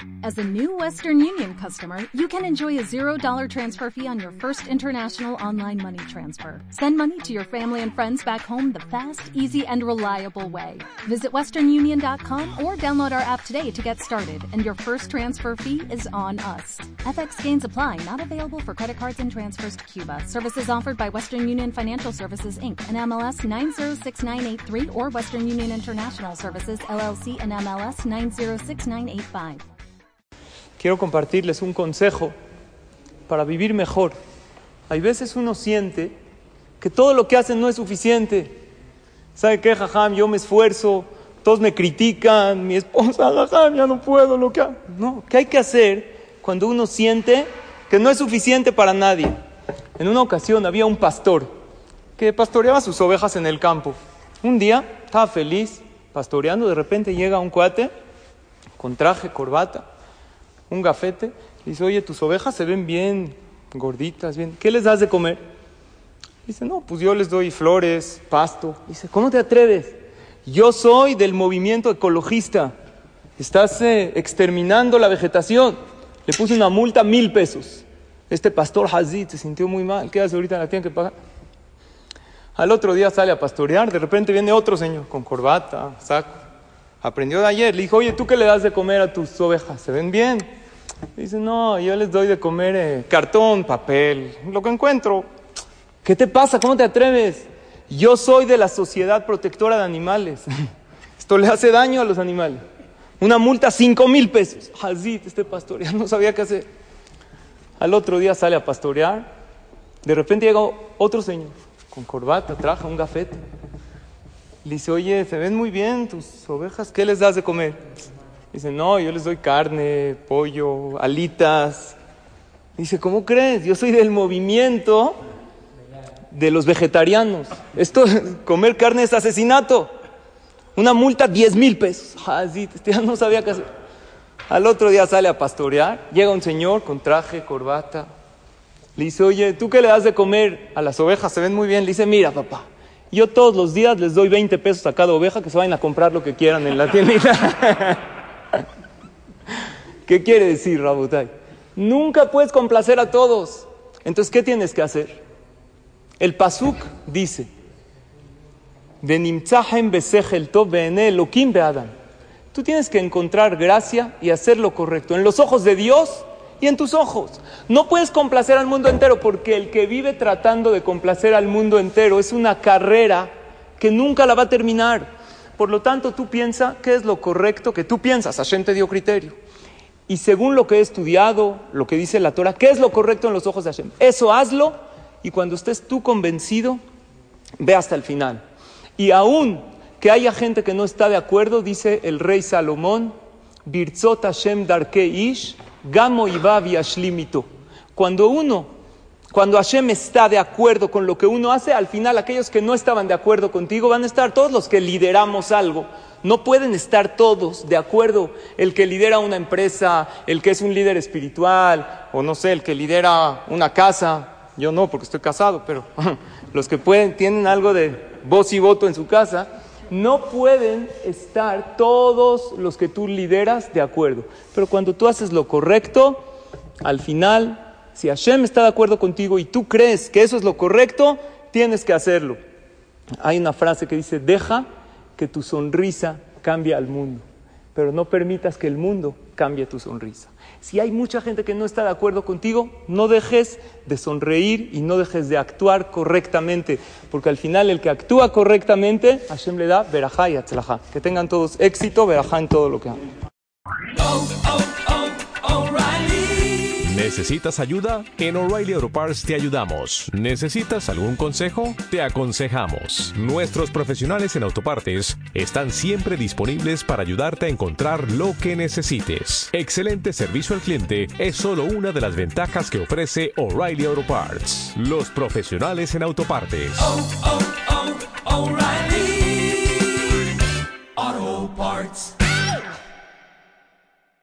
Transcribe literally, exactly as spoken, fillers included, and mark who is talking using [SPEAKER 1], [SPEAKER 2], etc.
[SPEAKER 1] As a new Western Union customer, you can enjoy a zero dollar transfer fee on your first international online money transfer. Send money to your family and friends back home the fast, easy, and reliable way. Visit western union dot com or download our app today to get started, and your first transfer fee is on us. F X gains apply, not available for credit cards and transfers to Cuba. Services offered by Western Union Financial Services, Incorporated and M L S nine zero six nine eight three or Western Union International Services, L L C and M L S nine zero six nine eight five.
[SPEAKER 2] Quiero compartirles un consejo para vivir mejor. Hay veces uno siente que todo lo que hacen no es suficiente. ¿Sabe qué, jajam? Yo me esfuerzo, todos me critican, mi esposa, jajam, ya no puedo, lo que hago. No, ¿qué hay que hacer cuando uno siente que no es suficiente para nadie? En una ocasión había un pastor que pastoreaba sus ovejas en el campo. Un día estaba feliz pastoreando, de repente llega un cuate con traje, corbata, un gafete, y dice, oye, tus ovejas se ven bien gorditas, bien, ¿qué les das de comer? Dice, no, pues yo les doy flores, pasto. Dice, ¿cómo te atreves? Yo soy del movimiento ecologista, estás eh, exterminando la vegetación. Le puse una multa, mil pesos. Este pastor Hazid se sintió muy mal, ¿qué hace ahorita? ¿La tienen que pagar? Al otro día sale a pastorear, de repente viene otro señor con corbata, saco. Aprendió de ayer, le dijo, oye, ¿tú qué le das de comer a tus ovejas? ¿Se ven bien? Dice, no, yo les doy de comer eh, cartón, papel, lo que encuentro. ¿Qué te pasa? ¿Cómo te atreves? Yo soy de la Sociedad Protectora de Animales. Esto le hace daño a los animales. Una multa, cinco mil pesos. Así, este pastor ya no sabía qué hacer. Al otro día sale a pastorear. De repente llega otro señor, con corbata, traje, un gafete. Le dice, oye, se ven muy bien tus ovejas, ¿qué les das de comer? Dice, no, yo les doy carne, pollo, alitas. Dice, ¿cómo crees? Yo soy del movimiento de los vegetarianos. Esto, comer carne es asesinato. Una multa, diez mil pesos. Ah, sí, ya no sabía qué hacer. Al otro día sale a pastorear, llega un señor con traje, corbata. Le dice, oye, ¿tú qué le das de comer a las ovejas? Se ven muy bien. Le dice, mira, papá, yo todos los días les doy veinte pesos a cada oveja que se vayan a comprar lo que quieran en la tiendita. ¿Qué quiere decir, Rabotai? Nunca puedes complacer a todos. Entonces, ¿qué tienes que hacer? El pasuk dice, Venimtzahem besechel tov be'enei Elokim be'adam. Tú tienes que encontrar gracia y hacer lo correcto en los ojos de Dios y en tus ojos. No puedes complacer al mundo entero, porque el que vive tratando de complacer al mundo entero es una carrera que nunca la va a terminar. Por lo tanto, tú piensa qué es lo correcto que tú piensas. Hashem te dio criterio. Y según lo que he estudiado, lo que dice la Torah, ¿qué es lo correcto en los ojos de Hashem? Eso hazlo, y cuando estés tú convencido, ve hasta el final. Y aún que haya gente que no está de acuerdo, dice el rey Salomón, Birtzot Hashem darkei ish, Gamo Ibav Yashlimito. Cuando uno, cuando Hashem está de acuerdo con lo que uno hace, al final aquellos que no estaban de acuerdo contigo van a estar, todos los que lideramos algo, no pueden estar todos de acuerdo. El que lidera una empresa, el que es un líder espiritual, o no sé, el que lidera una casa, yo no porque estoy casado, pero los que pueden, tienen algo de voz y voto en su casa, no pueden estar todos los que tú lideras de acuerdo. Pero cuando tú haces lo correcto, al final, si Hashem está de acuerdo contigo y tú crees que eso es lo correcto, tienes que hacerlo. Hay una frase que dice, deja que tu sonrisa cambie al mundo, pero no permitas que el mundo cambie tu sonrisa. Si hay mucha gente que no está de acuerdo contigo, no dejes de sonreír y no dejes de actuar correctamente, porque al final el que actúa correctamente, Hashem le da verajá y atzlajá. Que tengan todos éxito, verajá en todo lo que hagan.
[SPEAKER 3] Oh, oh, oh, O'Reilly. ¿Necesitas ayuda? En O'Reilly Auto Parts te ayudamos. ¿Necesitas algún consejo? Te aconsejamos. Nuestros profesionales en autopartes están siempre disponibles para ayudarte a encontrar lo que necesites. Excelente servicio al cliente es solo una de las ventajas que ofrece O'Reilly Auto Parts. Los profesionales en autopartes. Oh, oh, oh, O'Reilly.